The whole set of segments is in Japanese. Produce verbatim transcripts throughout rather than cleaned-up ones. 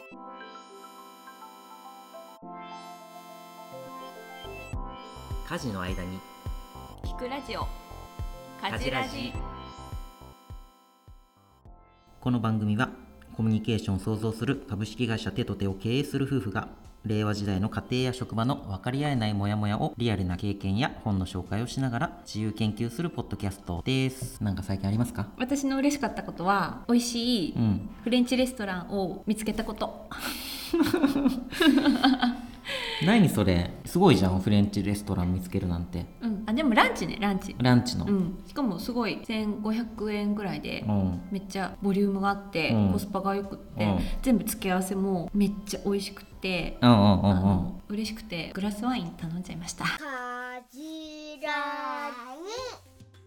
家事の間に聞くラジオ家事ラジ。この番組はコミュニケーションを創造する株式会社手と手を経営する夫婦が令和時代の家庭や職場の分かり合えないモヤモヤをリアルな経験や本の紹介をしながら自由研究するポッドキャストです。なんか最近ありますか？ 私の嬉しかったことは美味しいフレンチレストランを見つけたこと、 うん、何それすごいじゃん、フレンチレストラン見つけるなんて。 うん、あでもランチね、ランチランチの、 うん、しかもすごいせんごひゃくえんぐらいで、うん、めっちゃボリュームがあって、うん、コスパがよくって、うん、全部付け合わせもめっちゃ美味しくって、うんうんうんうん、あの嬉しくてグラスワイン頼んじゃいました。 家事ラジ。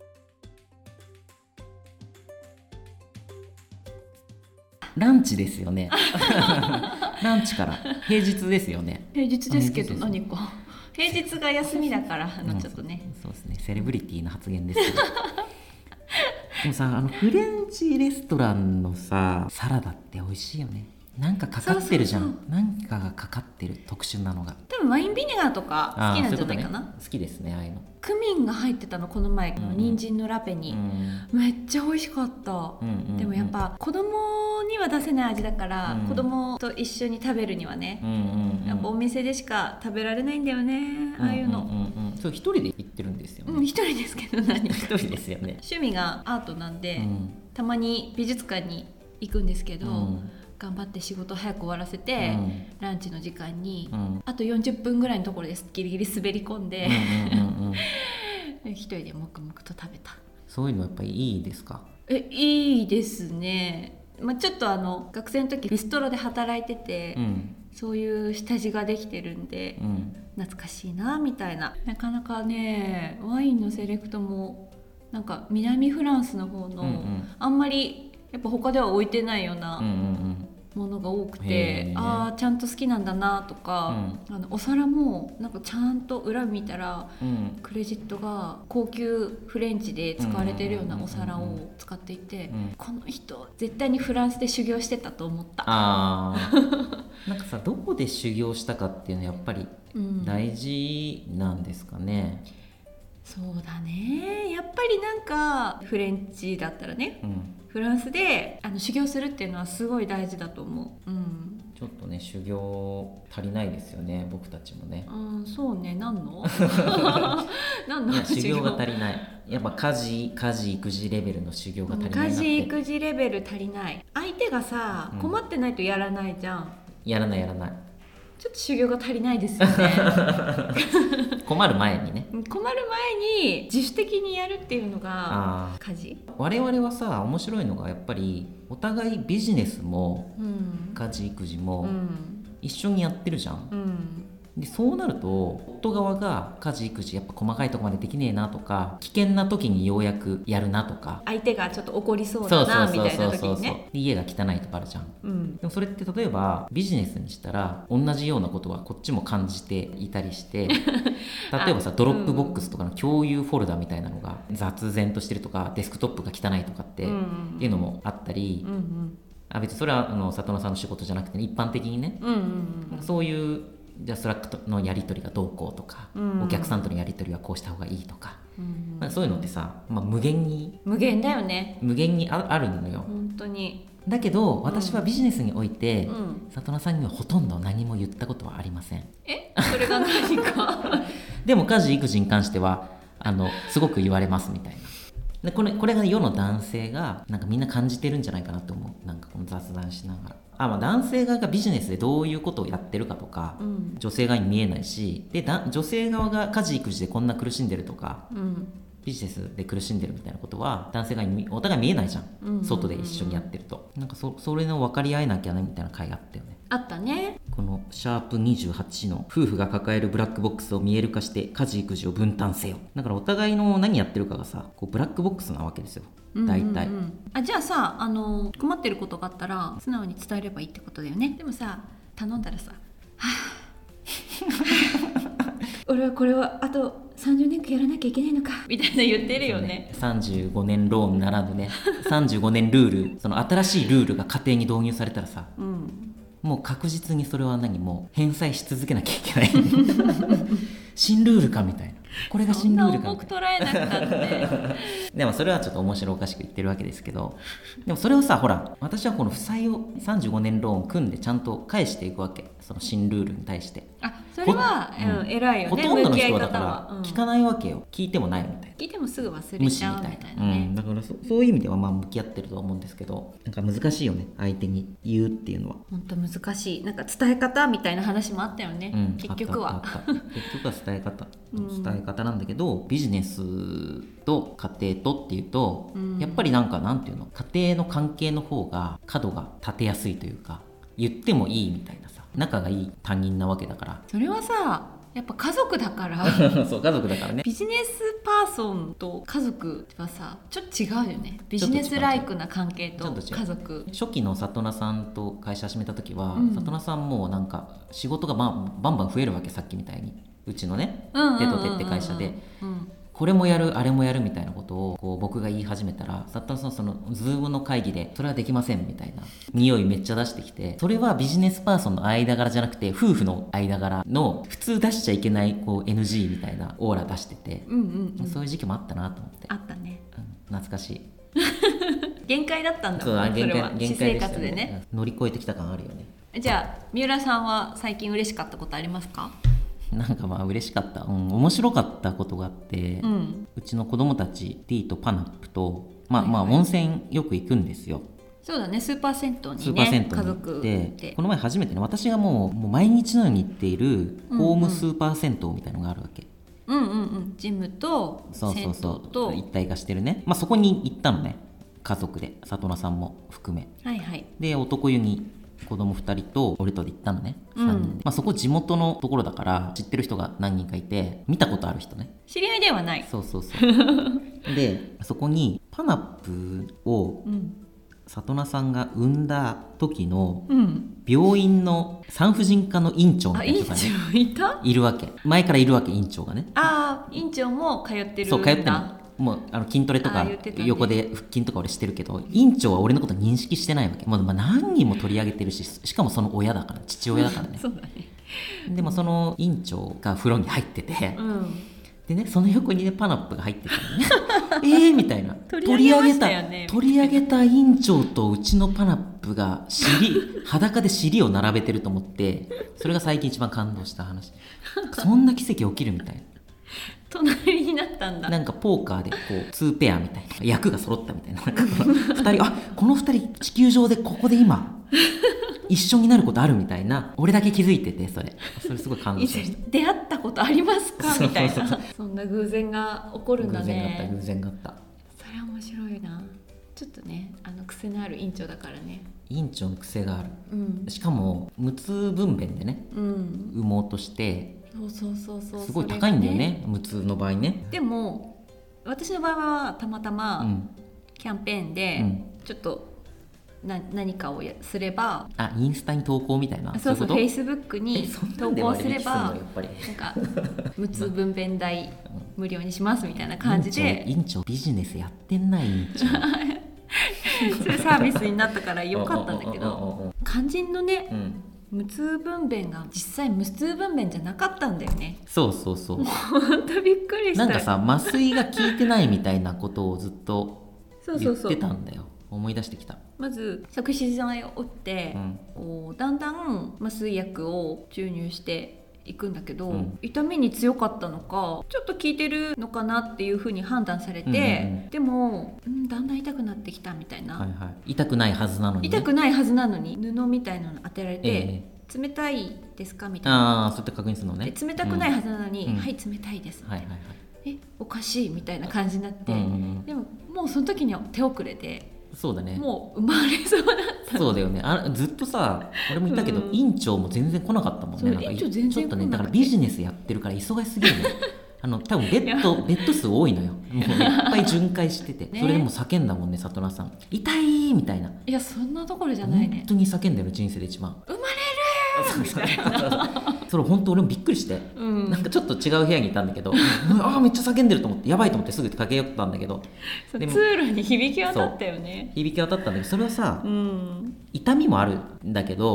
ランチですよねランチから平日ですよね。 平日ですけど何か平日が休みだからあのちょっとね、 うん、そうですね、セレブリティな発言ですけどでもさ、あのフレンチレストランのさサラダって美味しいよね。なんかかかってるじゃん。そうそうそう、なんかがかかってる、特殊なのが。 多分ワインビネガーとか好きなんじゃないかな。 ういうことね、好きですね、ああいうの。 クミンが入ってたのこの前の人参のラペに、うん、めっちゃ美味しかった、うんうんうん、でもやっぱ子供には出せない味だから、うん、子供と一緒に食べるにはね、うんうんうん、やっぱお店でしか食べられないんだよね、ああいうの、うんうんうん、 そう一人で行ってるんですよね。 うん、一人ですけど何一人ですよね。 趣味がアートなんで、うん、たまに美術館に行くんですけど、うん、頑張って仕事早く終わらせて、うん、ランチの時間に、うん、あとよんじゅっぷんぐらいのところですギリギリ滑り込んで、うんうんうんうん、一人で黙々と食べた。 そういうのやっぱりいいですか？ え、いいですね、まあ、ちょっとあの学生の時ビストロで働いてて、うん、そういう下地ができてるんで、うん、懐かしいなみたいな。なかなかねワインのセレクトもなんか南フランスの方の、うんうん、あんまりやっぱ他では置いてないようなものが多くて、うんうん、あーちゃんと好きなんだなとか、うん、あのお皿もなんかちゃんと裏見たら、うん、クレジットが高級フレンチで使われてるようなお皿を使っていて、うん、この人絶対にフランスで修行してたと思った。 あなんかさ、どこで修行したかっていうのはやっぱり大事なんですかね、 うん、そうだね、やっぱりなんかフレンチだったらね、うん、フランスであの修行するっていうのはすごい大事だと思う、うん、 ちょっとね修行足りないですよね、僕たちもね。 うん、そうね、何の何の修行が足りない。やっぱ家事家事育児レベルの修行が足りないなって。 家事育児レベル足りない。相手がさ、うん、困ってないとやらないじゃん。 やらないやらない。 ちょっと修行が足りないですよね困る前にね、 困る前に自主的にやるっていうのが家事。 我々はさ、面白いのがやっぱりお互いビジネスも、うん、家事育児も一緒にやってるじゃん、うん、でそうなると夫側が家事育児やっぱ細かいとこまでできねえなとか、危険な時にようやくやるなとか、 相手がちょっと怒りそうだなみたいな時にね、 家が汚いとかあるじゃん、うん、でもそれって例えばビジネスにしたら同じようなことはこっちも感じていたりして例えばさ、ドロップボックスとかの共有フォルダみたいなのが雑然としてるとか、デスクトップが汚いとかっていうのもあったり、うんうん、あ別にそれはあの里野さんの仕事じゃなくて、ね、一般的にね、うんうんうん、そういうじゃあスラックのやり取りがどうこうとか、うん、お客さんとのやり取りはこうした方がいいとか、うんまあ、そういうのってさ、まあ、無限に無限だよね。 無限に あ, あるのよ本当に。 だけど私はビジネスにおいて、うん、里野さんにはほとんど何も言ったことはありません。 えそれが何かでも家事育児に関してはあのすごく言われますみたいな。でこれ、これが世の男性がなんかみんな感じてるんじゃないかなと思う。なんかこの雑談しながら、あ、まあ、男性側がビジネスでどういうことをやってるかとか、うん、女性側に見えないし、でだ女性側が家事育児でこんな苦しんでるとか、うん、ビジネスで苦しんでるみたいなことは男性側にお互い見えないじゃん、うんうんうん、外で一緒にやってると。なんか そ, それの分かり合えなきゃねみたいな回があったよね。 あったね。 このシャープにじゅうはちの夫婦が抱えるブラックボックスを見える化して家事育児を分担せよ。だからお互いの何やってるかがさ、こうブラックボックスなわけですよ大体、うんうんうん、あじゃあさ、あの困ってることがあったら素直に伝えればいいってことだよね。でもさ、頼んだらさ、はぁ俺はこれはあとさんじゅうねんかんやらなきゃいけないのかみたいな言ってるよね。 ね、さんじゅうごねんローンならぬねさんじゅうごねんルール、その新しいルールが家庭に導入されたらさ、うん、 もう確実にそれは何もう返済し続けなきゃいけない新ルールかみたいな、これが新ルールかみたいな、 そんな重く捉えなくたってでもそれはちょっと面白おかしく言ってるわけですけど、でもそれをさ、ほら私はこの負債をさんじゅうごねんローン組んでちゃんと返していくわけ、その新ルールに対して。 あ、それは、うん、偉いよね。 ほとんどの人はだか向き合い方は、 ら聞かないわけよ、うん、聞いてもないみたいな、 聞いてもすぐ忘れちゃうみたいなね、 うん、だから そ, そういう意味ではまあ向き合ってるとは思うんですけど、なんか難しいよね、相手に言うっていうのは。 本当難しい。なんか伝え方みたいな話もあったよね、うん、結局はあったあったあった結局は伝え方伝え方なんだけど、ビジネスと家庭とっていうと、うん、やっぱりなんかなんていうの、家庭の関係の方が角が立てやすいというか、言ってもいいみたいなさ、仲がいい他人なわけだから。 それはさ、やっぱ家族だからそう、家族だからね。 ビジネスパーソンと家族はさ、ちょっと違うよね。ビジネスライクな関係と家族。 初期の里奈さんと会社始めた時は、うん、里奈さんもなんか仕事がバンバンバン増えるわけ、さっきみたいにうちのね、手と手って会社で、うん、これもやるあれもやるみたいなことをこう僕が言い始めたら、里奈さんそのズームの会議でそれはできませんみたいな匂いめっちゃ出してきて、それはビジネスパーソンの間柄じゃなくて夫婦の間柄の普通出しちゃいけないこう エヌジー みたいなオーラ出してて、うんうんうん、そういう時期もあったなと思って。 あったね、 うん、懐かしい限界だったんだもんね。それは私生活でね、 乗り越えてきた感あるよね。 じゃあ三浦さんは最近嬉しかったことありますか？ なんかまあ嬉しかった、うん、面白かったことがあって、うん、うちの子供たち T とパナップと、まあまあ温泉よく行くんですよ。 そうだね、スーパー銭湯にね、 スーパー銭湯に行って、この前初めてね、私がもう、もう毎日のように行っているホームスーパー銭湯みたいのがあるわけ。 うんうんうん、ジムと銭湯と、 そうそうそう、一体化してるね。まあそこに行ったのね、家族で、里奈さんも含め。 はいはい。で男湯に子供ふたりと俺とで行ったのね、さんにんで、うん、まあ、そこ地元のところだから知ってる人が何人かいて、見たことある人ね。 知り合いではない。 そうそうそうでそこにパナップを、うん、里奈さんが産んだ時の病院の産婦人科の院長みたいな人が、ね、 あ、院長いた？ いるわけ、前からいるわけ、院長がね。 ああ、院長も通ってるんだ。 そう、通ってるの。もうあの筋トレとか横で腹筋とか俺してるけど、院長は俺のこと認識してないわけ。もうまあ何人も取り上げてるし、しかもその親だから、父親だからねそうだね。 でもその院長が風呂に入ってて、うん、でね、その横にねパナップが入ってたのねえーみたいな、 取り上げましたよね、 取り上げた院長とうちのパナップが尻裸で尻を並べてると思って、それが最近一番感動した話そんな奇跡起きるみたいな。 隣になったんだ。 なんかポーカーでこうツーペアみたいな役が揃ったみたいな、なんかこのふたり、あ、このふたり地球上でここで今一緒になることあるみたいな、俺だけ気づいてて、それそれすごい感動した。 出会ったことありますかみたいなそんな偶然が起こるんだね。 偶然があった、偶然があった。 それは面白いな。ちょっとね、あの癖のある院長だからね。 院長の癖がある、うん、しかも無痛分娩でね、うん、産もうとして、 そうそうそうそう、 すごい高いんだよ ね, ね無痛の場合ね。 でも私の場合はたまたまキャンペーンでちょっとな何かをすれば、 あ、インスタに投稿みたいな、 そうそう、フェイスブックに投稿すれば、なんか無痛分娩代無料にしますみたいな感じで院長ビジネスやってんな、院長それサービスになったからよかったんだけど、肝心のね、うん、無痛分娩が実際無痛分娩じゃなかったんだよね。 そうそうそう、 本当びっくりした。 なんかさ、麻酔が効いてないみたいなことをずっと言ってたんだよ。そうそうそう、思い出してきた。 まず錯視剤を打って、うん、こうだんだん麻酔薬を注入していくんだけど、うん、痛みに強かったのかちょっと効いてるのかなっていう風に判断されて、うんうんうん、でも、うん、だんだん痛くなってきたみたいな、はいはい、 痛くないはずなのに、ね、 痛くないはずなのに布みたいなの当てられて、えー、冷たいですかみたいな、 あ、そうやって確認するのね。 で冷たくないはずなのに、うん、はい冷たいですみたいな、はいはいはい、えおかしいみたいな感じになって、うんうん、でももうその時には手遅れで、 そうだね、 もう生まれそうだった。 そうだよね、あ、ずっとさ、俺も言ったけど、うん、院長も全然来なかったもんね。なんか院長全然来なかった。ちょっとね、 だからビジネスやってるから忙しすぎるのあの多分ベッドベッド数多いのよ。もういっぱい巡回してて、ね、それでも叫んだもんね、里奈さん、痛いみたいな。 いや、そんなところじゃないね。 本当に叫んでる、人生で一番生まれるみたいなそれ本当俺もびっくりして、うん、なんかちょっと違う部屋にいたんだけどああめっちゃ叫んでると思って、やばいと思ってすぐ駆け寄ったんだけど、 でも通路に響き渡ったよね。 響き渡ったんだけど、それはさ、うん、痛みもあるんだけど、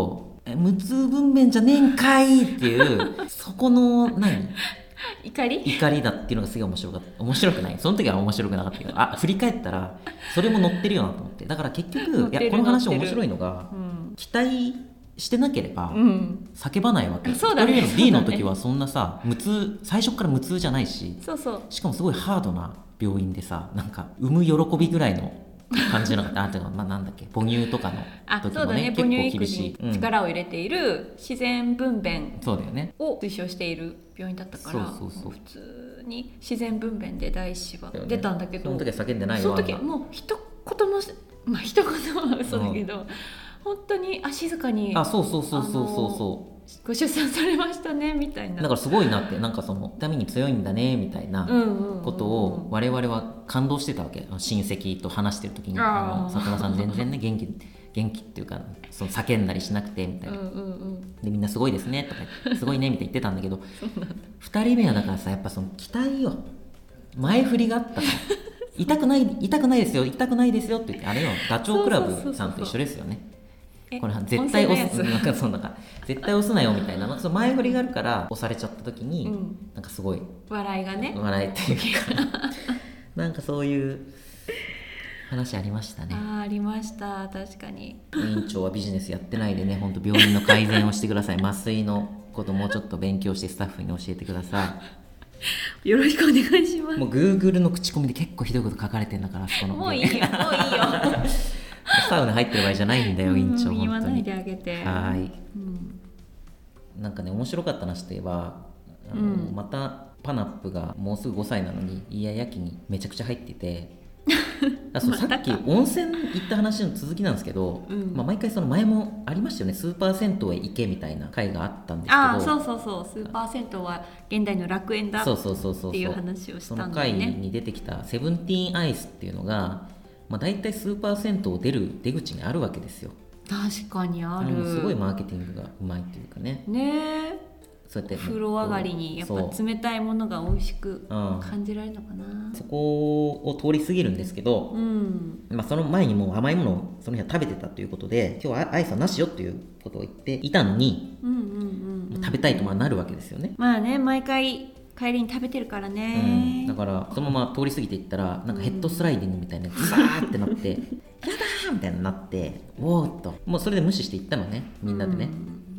無痛分娩じゃねえんかいっていうそこの何怒り怒りだっていうのがすげえ面白かった面白くないその時は面白くなかったけどあ振り返ったらそれも乗ってるよなと思ってだから結局いやこの話面白いのが、うん、期待してなければ叫ばないわけ、うん、 そうだね、 ひとりめの D の時はそんなさ無痛最初から無痛じゃないしそうそうしかもすごいハードな病院でさなんか産む喜びぐらいの感じなかったあてか、まあ、なんだっけ母乳とかの時もね結構厳しい、 母乳育児に力を入れている自然分娩そうだよねを推奨している病院だったからそうそうそう普通に自然分娩で第一子は出たんだけど、 その時は叫んでないよその時もう一言もまあ一言は嘘だけど、うん、本当にあ静かにあそうそうそうそうそうそうご出産されましたねみたいなだからすごいなってなんかその痛みに強いんだねみたいなことを我々は感動してたわけ親戚と話してる時にあの里奈さん全然ね元気元気っていうかその叫んだりしなくてみたいな、うんうんうん、でみんなすごいですねとかすごいねみたいな言ってたんだけどふたりめはだからさやっぱその期待よ前振りがあったから痛くない痛くないですよ痛くないですよって言ってあれよダチョウ倶楽部さんと一緒ですよねこれ絶対押すなんかそんなか絶対押すなよみたいなその前振りがあるから押されちゃった時に、うん、なんかすごい笑いがね笑いっていうかなんかそういう話ありましたねあありました確かに院長はビジネスやってないでね本当病院の改善をしてください麻酔のこともうちょっと勉強してスタッフに教えてくださいよろしくお願いしますもう Google の口コミで結構ひどいこと書かれてるんだからそのもういいよもういいよサウナ入ってる場合じゃないんだよ院長、うん、 言わないであげてはい、うん、なんかね面白かった話といえばあの、うん、またパナップがもうすぐごさいなのにイヤイヤ期にめちゃくちゃ入っててあそうさっき温泉行った話の続きなんですけど、うんまあ、毎回その前もありましたよねスーパー銭湯へ行けみたいな回があったんですけどあそうそうそうスーパー銭湯は現代の楽園だっていう話をしたんだよねその回に出てきたセブンティーンアイスっていうのがまあ、大体スーパー銭湯出る出口にあるわけですよ確かにあるすごいマーケティングがうまいというかねねえそうやって風呂上がりにやっぱ冷たいものが美味しく感じられるのかな、 うん、そこを通り過ぎるんですけど、うんまあ、その前にもう甘いものをその日は食べてたということで今日はアイスはなしよっていうことを言っていたのに、うんうんうんうん、食べたいとまあなるわけですよねまあね毎回帰りに食べてるからね、 うん、だからそのまま通り過ぎていったらなんかヘッドスライディングみたいなズザーってなってやだーみたいになっておーっともうそれで無視していったのねみんなでね、うん、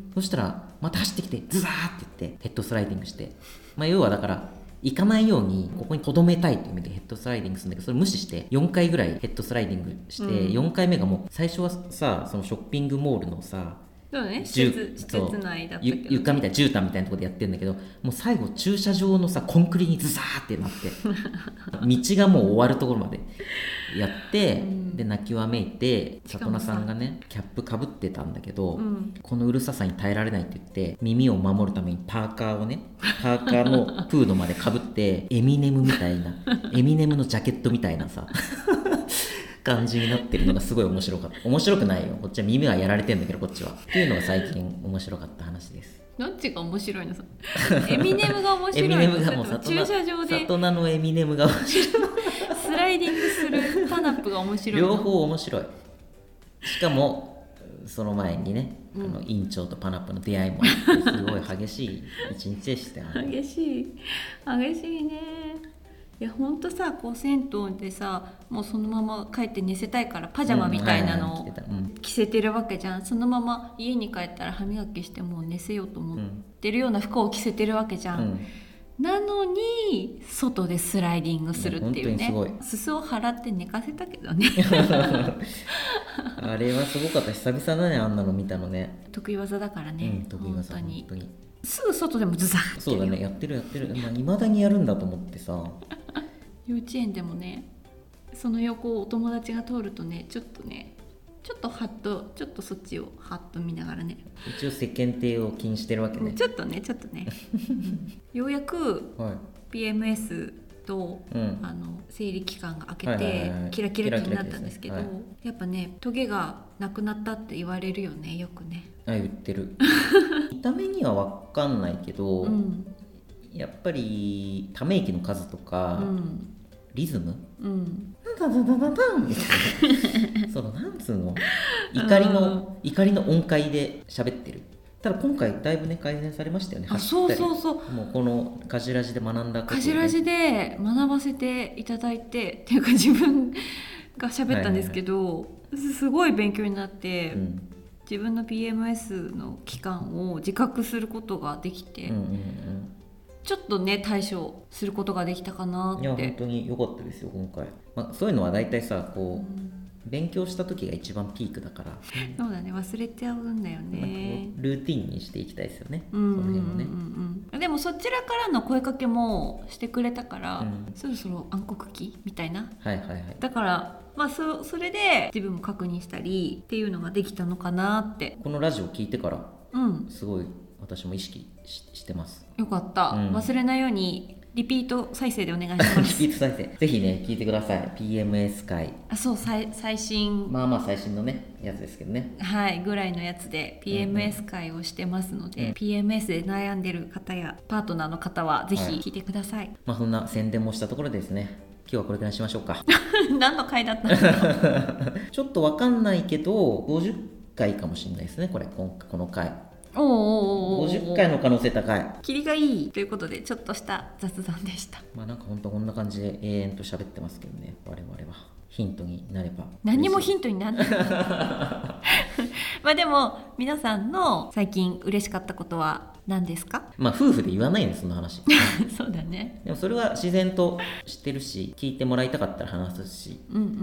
そしたらまた走ってきてズザーって言ってヘッドスライディングして、まあ、要はだから行かないようにここに留めたいという意味でヘッドスライディングするんだけどそれ無視してよんかいぐらいヘッドスライディングして、うん、よんかいめがもう最初はさそのショッピングモールのさそうね、施設、施設内だったけど、ね、 床みたいな絨毯みたいなところでやってるんだけどもう最後駐車場のさコンクリにズザーってなって道がもう終わるところまでやって、うん、で泣きわめいて里奈さんがねキャップかぶってたんだけど、うん、このうるささに耐えられないって言って耳を守るためにパーカーをねパーカーのフードまでかぶってエミネムみたいなエミネムのジャケットみたいなさ感じになってるのがすごい面白かった面白くないよこっちは耳はやられてんだけどこっちはっていうのが最近面白かった話ですどっちが面白いのさエミネムが面白いのエミネムがもう駐車場で里奈のエミネムが面白いスライディングするパナップが面白いの両方面白いしかもその前にね、うん、あの院長とパナップの出会いもあってすごい激しい一日でしたよね激しい激しいねいやほんとさこう銭湯でさもうそのまま帰って寝せたいからパジャマみたいなのを着せてるわけじゃん、そのまま家に帰ったら歯磨きしてもう寝せようと思ってるような服を着せてるわけじゃん、うん、なのに外でスライディングするっていうね裾を払って寝かせたけどねあれはすごかった久々だねあんなの見たのね得意技だからね、 うん、得意技本当にすぐ外でもズザーってそうだねやってるやってるいまあ、未だにやるんだと思ってさ幼稚園でもねその横をお友達が通るとねちょっとねちょっとハッとちょっとそっちをハッと見ながらね一応世間体を気にしてるわけねちょっとねちょっとねようやく ピーエムエス と、はい、あの生理期間が明けて、はいはいはい、キラキラ期になったんですけど、ねはい、やっぱねトゲがなくなったって言われるよねよくねあ言ってる見た目には分かんないけど、うん、やっぱりため息の数とか、うん、リズム、うん、ダダダダダンみたいなそのなんつうの怒りの怒りの音階で喋ってる。ただ今回だいぶね改善されましたよね。 あ、そうそうそう。 もうこのカジラジで学んだことを、ね、 カジラジで学ばせていただいてっていうか自分が喋ったんですけど、はいはいはい、すごい勉強になって、うん、自分の ピーエムエス の期間を自覚することができて、うんうんうん、ちょっとね対処することができたかなって。 いや本当に良かったですよ今回、まあ、そういうのはだいたいさこう、うん勉強した時が一番ピークだから、 そうだね忘れちゃうんだよね。 ルーティンにしていきたいですよね、 うんうんうんうん、その辺をね。でもそちらからの声かけもしてくれたから、うん、そろそろ暗黒期みたいな、 はいはいはい、 だからまあ そ, それで自分も確認したりっていうのができたのかなって。 このラジオ聞いてから、うん、すごい私も意識 し, してます。 よかった、うん、忘れないようにリピート再生でお願いしますリピート再生ぜひね聞いてください。 ピーエムエス 回、 あそう最最新まあまあ最新のねやつですけどね、 はいぐらいのやつで ピーエムエス 回をしてますので、うん、ピーエムエス で悩んでる方やパートナーの方はぜひ聞いてください、はい、 まあそんな宣伝もしたところですね。今日はこれくらいにしましょうか何の回だったのちょっとわかんないけどごじゅっかいかもしれないですねこれこの回。 おーおーおーおーごじゅっかいの可能性高い。 キリがいいということでちょっとした雑談でした。 まあなんかほんとこんな感じで永遠と喋ってますけどね我々は。ヒントになれば。 何もヒントにならないまあでも皆さんの最近嬉しかったことは何ですか？ まあ夫婦で言わないんですその話そうだね。 でもそれは自然と知ってるし聞いてもらいたかったら話すし、うんうんうん、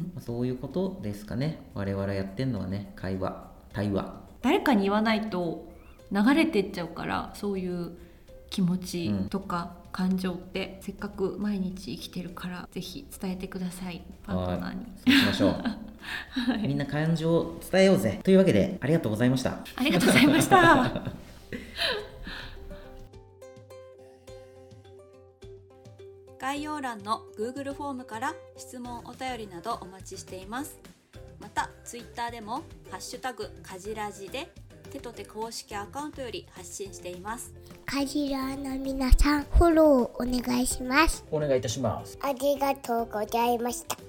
まあ、そういうことですかね。我々やってんのはね会話対話。 誰かに言わないと流れてっちゃうから、そういう気持ちとか感情って、うん、せっかく毎日生きてるからぜひ伝えてくださいパートナーに。 そうしましょう、はい、みんな感情を伝えようぜというわけでありがとうございました。 ありがとうございました概要欄の Google フォームから質問お便りなどお待ちしています。また Twitter でもハッシュタグカジラジで手と手公式アカウントより発信しています。 カジラの皆さんフォローお願いします。 お願いいたします。 ありがとうございました。